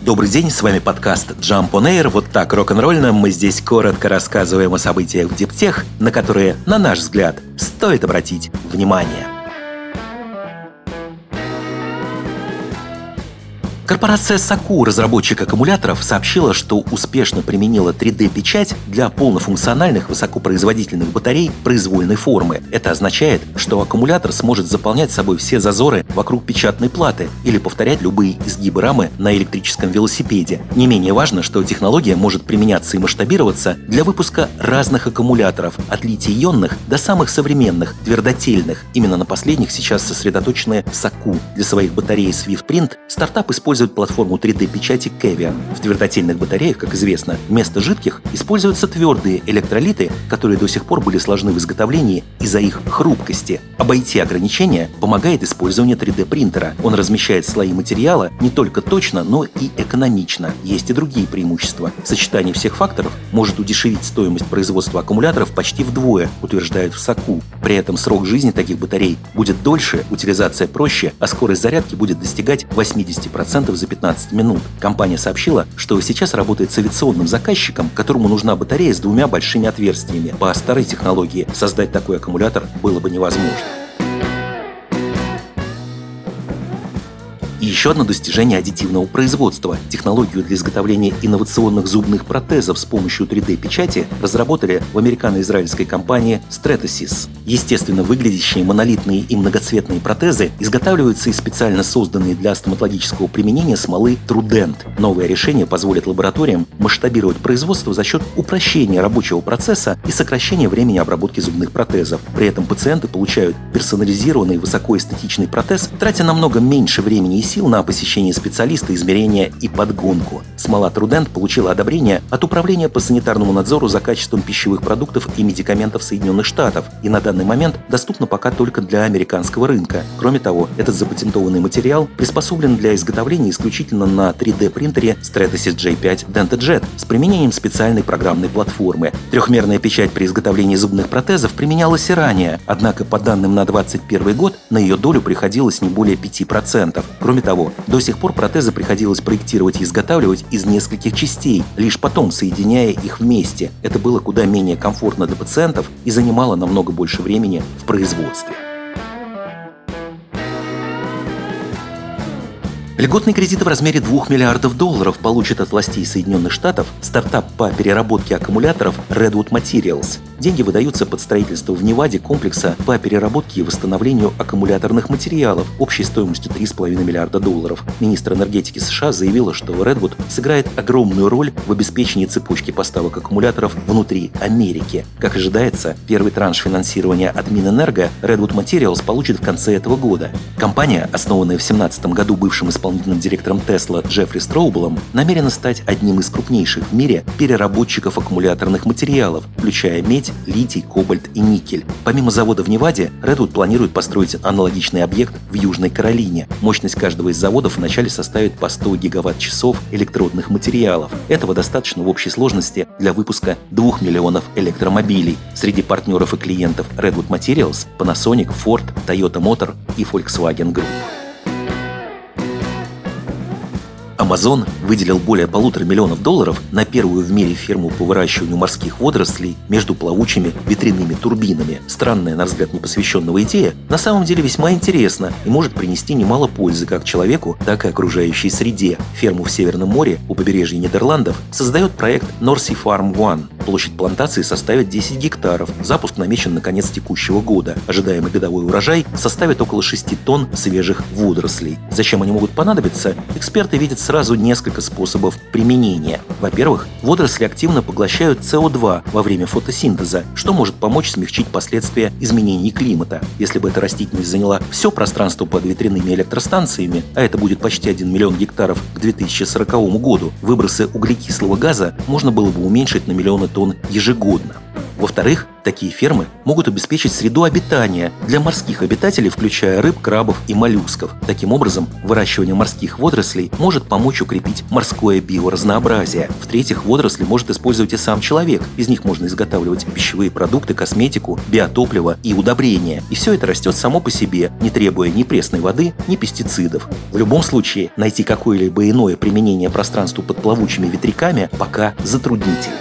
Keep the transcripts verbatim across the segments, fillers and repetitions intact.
Добрый день, с вами подкаст Jump on Air. Вот так рок-н-ролльно мы здесь коротко рассказываем о событиях в диптех, на которые, на наш взгляд, стоит обратить внимание. Корпорация Saku, разработчик аккумуляторов, сообщила, что успешно применила три дэ-печать для полнофункциональных высокопроизводительных батарей произвольной формы. Это означает, что аккумулятор сможет заполнять собой все зазоры вокруг печатной платы или повторять любые изгибы рамы на электрическом велосипеде. Не менее важно, что технология может применяться и масштабироваться для выпуска разных аккумуляторов, от литий-ионных до самых современных, твердотельных. Именно на последних сейчас сосредоточены Saku. Для своих батарей SwiftPrint стартап использует платформу три дэ-печати Caviar. В твердотельных батареях, как известно, вместо жидких используются твердые электролиты, которые до сих пор были сложны в изготовлении из-за их хрупкости. Обойти ограничения помогает использование три дэ-принтера. Он размещает слои материала не только точно, но и экономично. Есть и другие преимущества. Сочетание всех факторов может удешевить стоимость производства аккумуляторов почти вдвое, утверждают в Saku. При этом срок жизни таких батарей будет дольше, утилизация проще, а скорость зарядки будет достигать восемьдесят процентов за пятнадцать минут. Компания сообщила, что сейчас работает с авиационным заказчиком, которому нужна батарея с двумя большими отверстиями. По старой технологии создать такой аккумулятор было бы невозможно. И еще одно достижение аддитивного производства. Технологию для изготовления инновационных зубных протезов с помощью три дэ-печати разработали в американо-израильской компании Stratasys. Естественно выглядящие монолитные и многоцветные протезы изготавливаются из специально созданной для стоматологического применения смолы Trudent. Новое решение позволит лабораториям масштабировать производство за счет упрощения рабочего процесса и сокращения времени обработки зубных протезов. При этом пациенты получают персонализированный высокоэстетичный протез, тратя намного меньше времени и сил на посещение специалиста, измерения и подгонку. Смола Trudent получила одобрение от Управления по санитарному надзору за качеством пищевых продуктов и медикаментов Соединенных Штатов и на данный момент доступна пока только для американского рынка. Кроме того, этот запатентованный материал приспособлен для изготовления исключительно на три дэ-принтере Stratasys джей пять DentaJet с применением специальной программной платформы. Трехмерная печать при изготовлении зубных протезов применялась и ранее, однако по данным на двадцать первый год на ее долю приходилось не более пяти процентов. Кроме того, до сих пор протезы приходилось проектировать и изготавливать из нескольких частей, лишь потом соединяя их вместе. Это было куда менее комфортно для пациентов и занимало намного больше времени в производстве. Льготный кредит в размере двух миллиардов долларов получит от властей Соединенных Штатов стартап по переработке аккумуляторов Redwood Materials. Деньги выдаются под строительство в Неваде комплекса по переработке и восстановлению аккумуляторных материалов общей стоимостью три с половиной миллиарда долларов. Министр энергетики США заявила, что Redwood сыграет огромную роль в обеспечении цепочки поставок аккумуляторов внутри Америки. Как ожидается, первый транш финансирования от Минэнерго Redwood Materials получит в конце этого года. Компания, основанная в две тысячи семнадцатом году бывшим исполнителем Исполнительным директором Tesla Джеффри Строублом, намерена стать одним из крупнейших в мире переработчиков аккумуляторных материалов, включая медь, литий, кобальт и никель. Помимо завода в Неваде, Redwood планирует построить аналогичный объект в Южной Каролине. Мощность каждого из заводов вначале составит по сто гигаватт-часов электродных материалов. Этого достаточно в общей сложности для выпуска двух миллионов электромобилей. Среди партнеров и клиентов Redwood Materials – Panasonic, Ford, Toyota Motor и Volkswagen Group. Amazon выделил более полутора миллионов долларов на первую в мире ферму по выращиванию морских водорослей между плавучими ветряными турбинами. Странная, на взгляд непосвященного идея, на самом деле весьма интересна и может принести немало пользы как человеку, так и окружающей среде. Ферму в Северном море у побережья Нидерландов создает проект North Sea Farm One. Площадь плантации составит десять гектаров. Запуск намечен на конец текущего года. Ожидаемый годовой урожай составит около шести тонн свежих водорослей. Зачем они могут понадобиться, эксперты видят сразу несколько способов применения. Во-первых, водоросли активно поглощают С О два во время фотосинтеза, что может помочь смягчить последствия изменений климата. Если бы эта растительность заняла все пространство под ветряными электростанциями, а это будет почти один миллион гектаров к две тысячи сороковому году, выбросы углекислого газа можно было бы уменьшить на миллионы тонн ежегодно. Во-вторых, такие фермы могут обеспечить среду обитания для морских обитателей, включая рыб, крабов и моллюсков. Таким образом, выращивание морских водорослей может помочь укрепить морское биоразнообразие. В-третьих, водоросли может использовать и сам человек. Из них можно изготавливать пищевые продукты, косметику, биотопливо и удобрения. И все это растет само по себе, не требуя ни пресной воды, ни пестицидов. В любом случае, найти какое-либо иное применение пространству под плавучими ветряками пока затруднительно.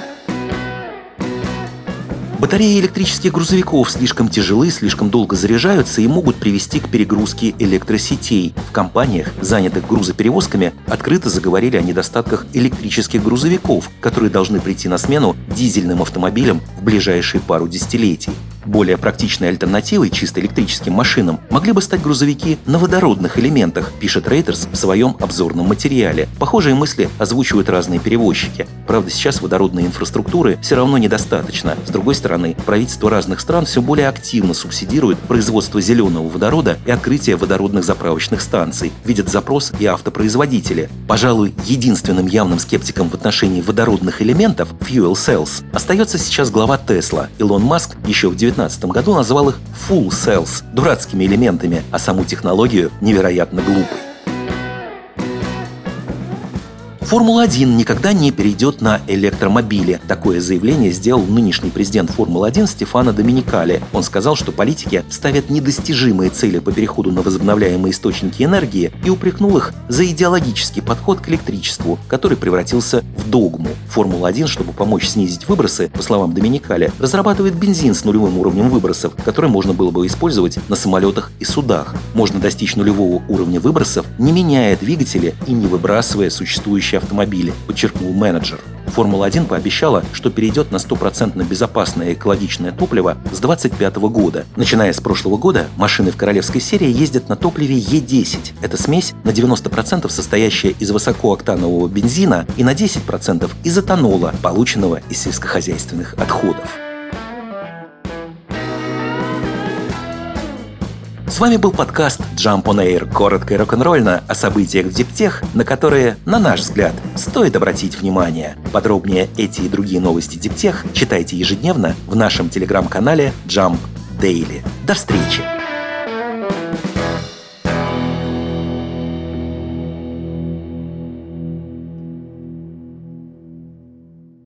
Батареи электрических грузовиков слишком тяжелы, слишком долго заряжаются и могут привести к перегрузке электросетей. В компаниях, занятых грузоперевозками, открыто заговорили о недостатках электрических грузовиков, которые должны прийти на смену дизельным автомобилям в ближайшие пару десятилетий. Более практичной альтернативой чисто электрическим машинам могли бы стать грузовики на водородных элементах, пишет Reuters в своем обзорном материале. Похожие мысли озвучивают разные перевозчики. Правда, сейчас водородной инфраструктуры все равно недостаточно. С другой стороны, правительства разных стран все более активно субсидируют производство зеленого водорода и открытие водородных заправочных станций. Видят запрос и автопроизводители. Пожалуй, единственным явным скептиком в отношении водородных элементов fuel cells остается сейчас глава Tesla. Илон Маск еще в две тысячи девятнадцатом году назвал их full cells – дурацкими элементами, а саму технологию невероятно глупой. Формула один никогда не перейдет на электромобили. Такое заявление сделал нынешний президент Формулы один Стефано Доминикали. Он сказал, что политики ставят недостижимые цели по переходу на возобновляемые источники энергии и упрекнул их за идеологический подход к электричеству, который превратился в догму. Формула один, чтобы помочь снизить выбросы, по словам Доминикали, разрабатывает бензин с нулевым уровнем выбросов, который можно было бы использовать на самолетах и судах. Можно достичь нулевого уровня выбросов, не меняя двигатели и не выбрасывая существующие автомобили, подчеркнул менеджер. Формула один пообещала, что перейдет на стопроцентно безопасное и экологичное топливо с двадцать пятого года. Начиная с прошлого года, машины в королевской серии ездят на топливе Е десять. Это смесь на девяносто процентов состоящая из высокооктанового бензина и на десять процентов из этанола, полученного из сельскохозяйственных отходов. С вами был подкаст Jump on Air, коротко и рок-н-ролльно о событиях в диптех, на которые, на наш взгляд, стоит обратить внимание. Подробнее эти и другие новости диптех читайте ежедневно в нашем телеграм-канале Jump Daily. До встречи!